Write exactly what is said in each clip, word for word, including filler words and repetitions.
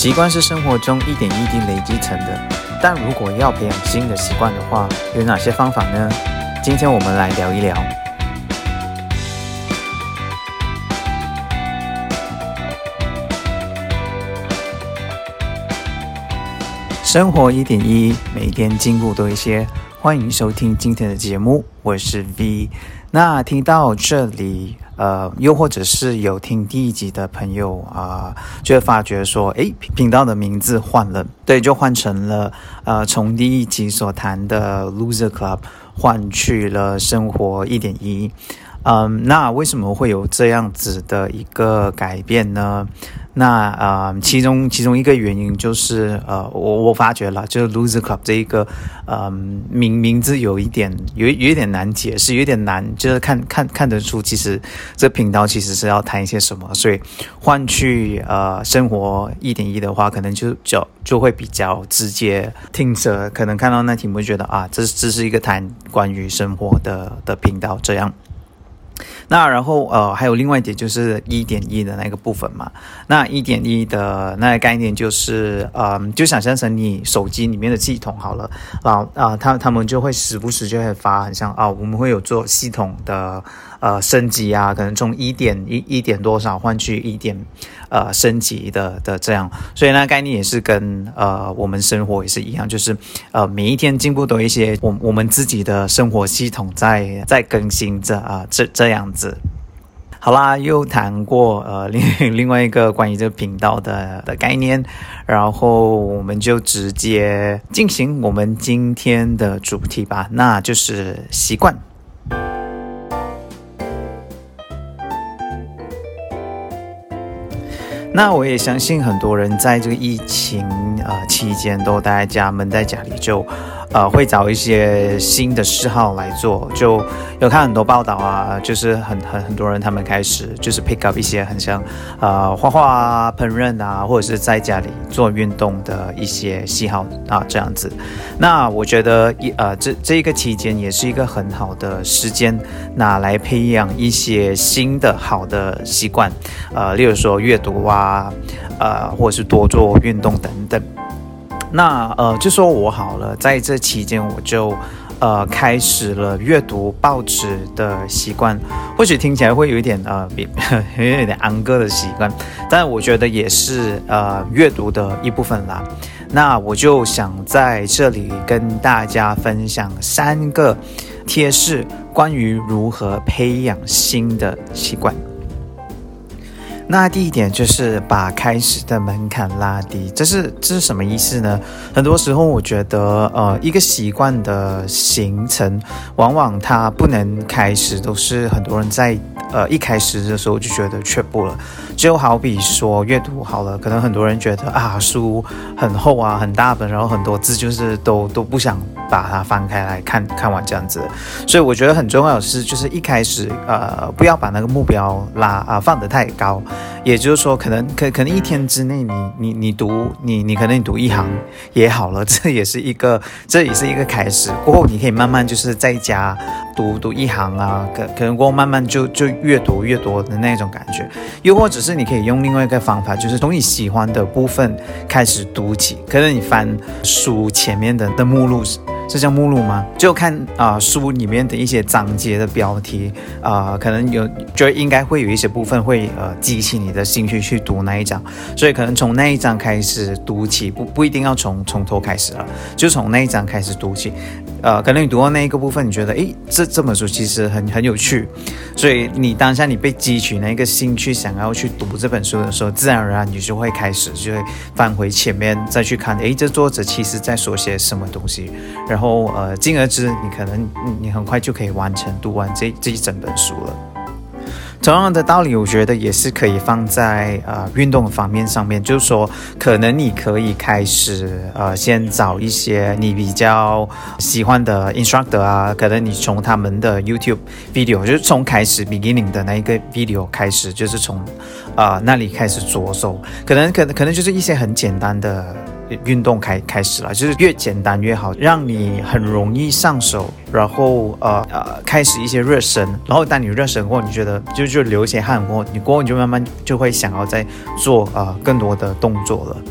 习惯是生活中一点一滴累积成的，但如果要培养新的习惯的话，有哪些方法呢？今天我们来聊一聊。生活一点一，每天进步多一些。欢迎收听今天的节目，我是 V。那听到这里，呃，又或者是有听第一集的朋友啊、呃，就会发觉说，诶，频道的名字换了，对，就换成了呃，从第一集所谈的 Loser Club 换去了生活一点一。嗯，那为什么会有这样子的一个改变呢？那呃，其中其中一个原因就是呃，我我发觉了，就是 Loser Club 这一个呃名名字有一点有有一点难解释，有一点难，就是看看看得出，其实这频道其实是要谈一些什么，所以换去呃生活一点一的话，可能就就就会比较直接，听着可能看到那题目觉得啊，这这是一个谈关于生活的的频道这样。那然后呃还有另外一点就是一点一的那个部分嘛。那一点一的那个概念就是呃就想象成你手机里面的系统好了啊啊他他们就会时不时就会发很像啊我们会有做系统的呃升级啊，可能从一点一一点多少换去一点呃升级的的这样。所以那个概念也是跟呃我们生活也是一样，就是呃每一天进步多一些，我我们自己的生活系统在在更新着啊、呃、这这样子。好啦，又谈过呃另另外一个关于这个频道的的概念，然后我们就直接进行我们今天的主题吧，那就是习惯。那我也相信很多人在这个疫情呃期间都待在家，闷在家里，就呃会找一些新的嗜好来做。就有看很多报道啊，就是很很很多人他们开始就是 pick up 一些很像呃画画啊、烹饪啊，或者是在家里做运动的一些喜好啊这样子。那我觉得呃这这一个期间也是一个很好的时间，拿来培养一些新的好的习惯，呃，例如说阅读啊。呃，或者是多做运动等等。那呃，就说我好了，在这期间我就呃开始了阅读报纸的习惯。或许听起来会有一点呃，有一点昂哥的习惯，但我觉得也是呃阅读的一部分啦。那我就想在这里跟大家分享三个贴士，关于如何培养新的习惯。那第一点就是把开始的门槛拉低，这是这是什么意思呢？很多时候我觉得呃一个习惯的形成，往往它不能开始，都是很多人在呃一开始的时候就觉得却步了。就好比说阅读好了，可能很多人觉得啊书很厚啊很大本，然后很多字就是都都不想把它翻开来看看完这样子。所以我觉得很重要的是，就是一开始呃不要把那个目标拉啊、呃、放得太高。也就是说，可能可可能一天之内你，你你你读你你可能你读一行也好了，这也是一个这也是一个开始。过后你可以慢慢就是在家读读一行啊，可可能过后慢慢就就越读越多的那种感觉。又或者是你可以用另外一个方法，就是从你喜欢的部分开始读起。可能你翻书前面的的目录。是叫目录吗？就看啊、呃、书里面的一些章节的标题啊、呃，可能有就应该会有一些部分会呃激起你的兴趣去读那一章，所以可能从那一章开始读起，不不一定要从从头开始了，就从那一章开始读起。呃，可能你读到那一个部分，你觉得诶这这本书其实很很有趣，所以你当下你被激起那个兴趣，想要去读这本书的时候，自然而然你就会开始就会翻回前面再去看，诶这作者其实在说些什么东西。然后呃，进而之，你可能你很快就可以完成读完这这一整本书了。同样的道理，我觉得也是可以放在呃运动方面上面，就是说，可能你可以开始呃先找一些你比较喜欢的 instructor 啊，可能你从他们的 YouTube video， 就是从开始 beginning 的那一个 video 开始，就是从呃那里开始着手，可能可能可能就是一些很简单的。运动开开始了，就是越简单越好，让你很容易上手，然后呃呃开始一些热身，然后当你热身过后，你觉得就就流一些汗过后，你过后你就慢慢就会想要再做呃更多的动作了。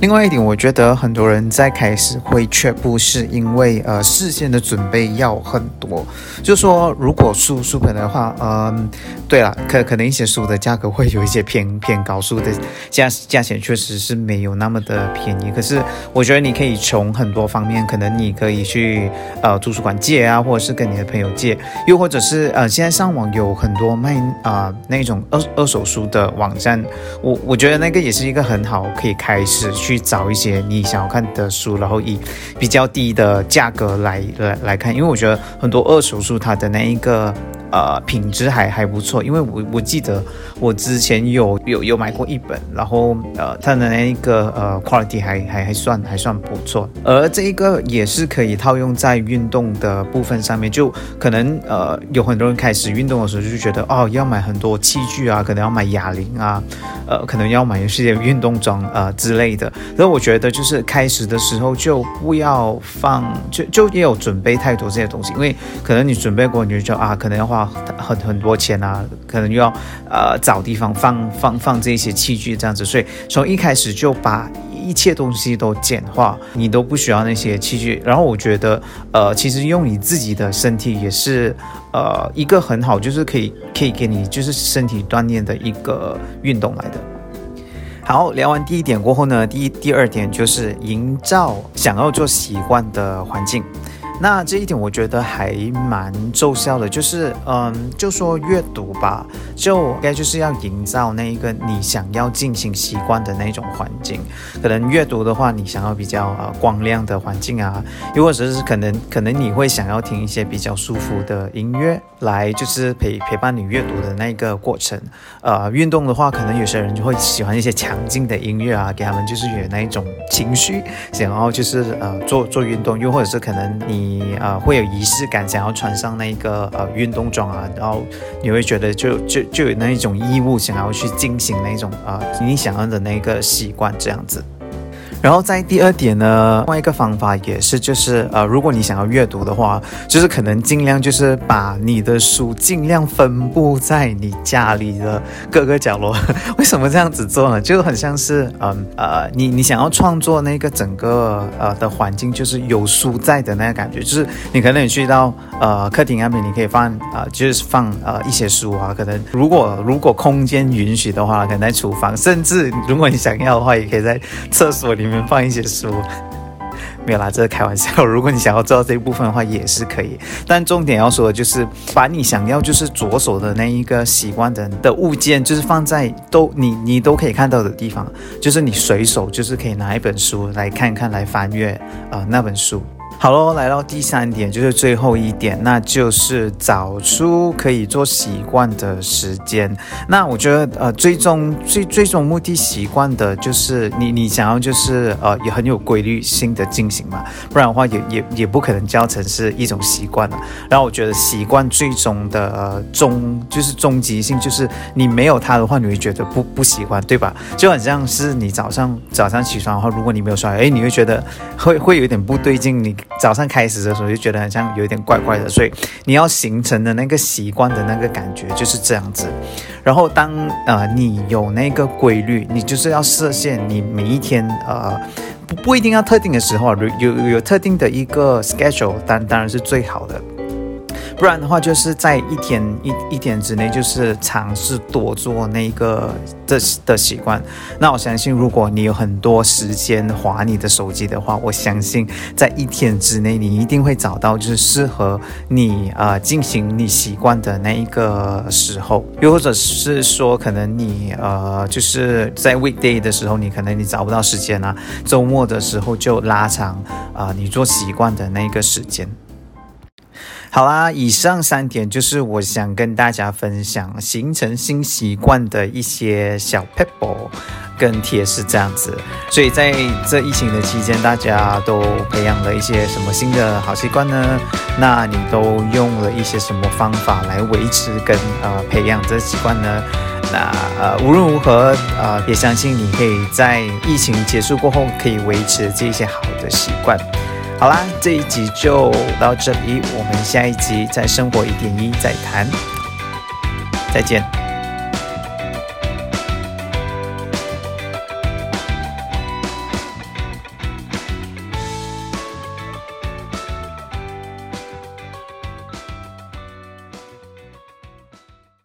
另外一点，我觉得很多人在开始会却步，是因为呃事先的准备要很多。就说如果书书本的话，嗯，对了，可可能一些书的价格会有一些偏偏高，书的价价钱确实是没有那么的便宜。可是我觉得你可以从很多方面，可能你可以去呃图书馆借啊，或者是跟你的朋友借，又或者是呃现在上网有很多卖啊、呃、那种二二手书的网站，我我觉得那个也是一个很好可以开始去找一些你想要看的书，然后以比较低的价格来来来看，因为我觉得很多二手书它的那一个呃品质还还不错，因为我我记得我之前有有有买过一本，然后呃它的那一个呃 quality 还还还算还算不错，而这一个也是可以套用在运动的部分上面，就可能呃有很多人开始运动的时候就觉得哦要买很多器具啊，可能要买哑铃啊，呃可能要买一些运动装呃之类的，然后我觉得就是开始的时候就不要放就就也有准备太多这些东西，因为可能你准备过你就觉得啊可能要花很很多钱啊，可能又要呃找地方放放放这些器具这样子，所以从一开始就把一切东西都简化，你都不需要那些器具。然后我觉得呃其实用你自己的身体也是呃一个很好，就是可以可以给你就是身体锻炼的一个运动来的。好，聊完第一点过后呢，第一第二点就是营造想要做习惯的环境。那这一点我觉得还蛮奏效的，就是嗯，就说阅读吧，就应该就是要营造那一个你想要进行习惯的那种环境。可能阅读的话，你想要比较呃光亮的环境啊，又或者是可能可能你会想要听一些比较舒服的音乐，来就是陪陪伴你阅读的那个过程。呃，运动的话，可能有些人就会喜欢一些强劲的音乐啊，给他们就是有那一种情绪，想要就是呃做做运动，又或者是可能你。你呃会有仪式感，想要穿上那个呃运动装啊，然后你会觉得就就就有那一种义务，想要去进行那种呃你想要的那个习惯这样子。然后在第二点呢，另外一个方法也是就是呃，如果你想要阅读的话，就是可能尽量就是把你的书尽量分布在你家里的各个角落。为什么这样子做呢？就很像是嗯呃你你想要创作那个整个呃的环境，就是有书在的那个感觉，就是你可能你去到呃客厅那边，你可以放呃就是放呃一些书啊，可能如果如果空间允许的话，可能在厨房，甚至如果你想要的话，也可以在厕所里面放一些书。没有啦，这是开玩笑。如果你想要做到这一部分的话，也是可以。但重点要说的就是，把你想要就是着手的那一个习惯的的物件，就是放在都你你都可以看到的地方，就是你随手就是可以拿一本书来看看，来翻阅呃那本书。好咯，来到第三点，就是最后一点，那就是找出可以做习惯的时间。那我觉得呃，最终最最终目的习惯的就是你你想要就是呃也很有规律性的进行嘛，不然的话也也也不可能教成是一种习惯了。然后我觉得习惯最终的呃终就是终极性，就是你没有它的话，你会觉得不不喜欢，对吧？就很像是你早上早上起床的话，如果你没有刷牙，哎，你会觉得会会有一点不对劲，你早上开始的时候就觉得好像有一点怪怪的，所以你要形成的那个习惯的那个感觉就是这样子。然后当呃你有那个规律，你就是要设限，你每一天呃不不一定要特定的时候，有有有特定的一个 schedule， 当当然是最好的。不然的话，就是在一天一一天之内，就是尝试多做那个的的习惯。那我相信，如果你有很多时间滑你的手机的话，我相信在一天之内，你一定会找到就是适合你呃进行你习惯的那一个时候。又或者是说，可能你呃就是在 weekday 的时候，你可能你找不到时间啊，周末的时候就拉长啊、呃、你做习惯的那个时间。好啦，以上三点就是我想跟大家分享形成新习惯的一些小 pebble 跟贴士这样子。所以在这疫情的期间，大家都培养了一些什么新的好习惯呢？那你都用了一些什么方法来维持跟呃培养这习惯呢？那呃无论如何呃也相信你可以在疫情结束过后可以维持这些好的习惯。好啦，这一集就到这里，我们下一集在生活一点一再谈，再见。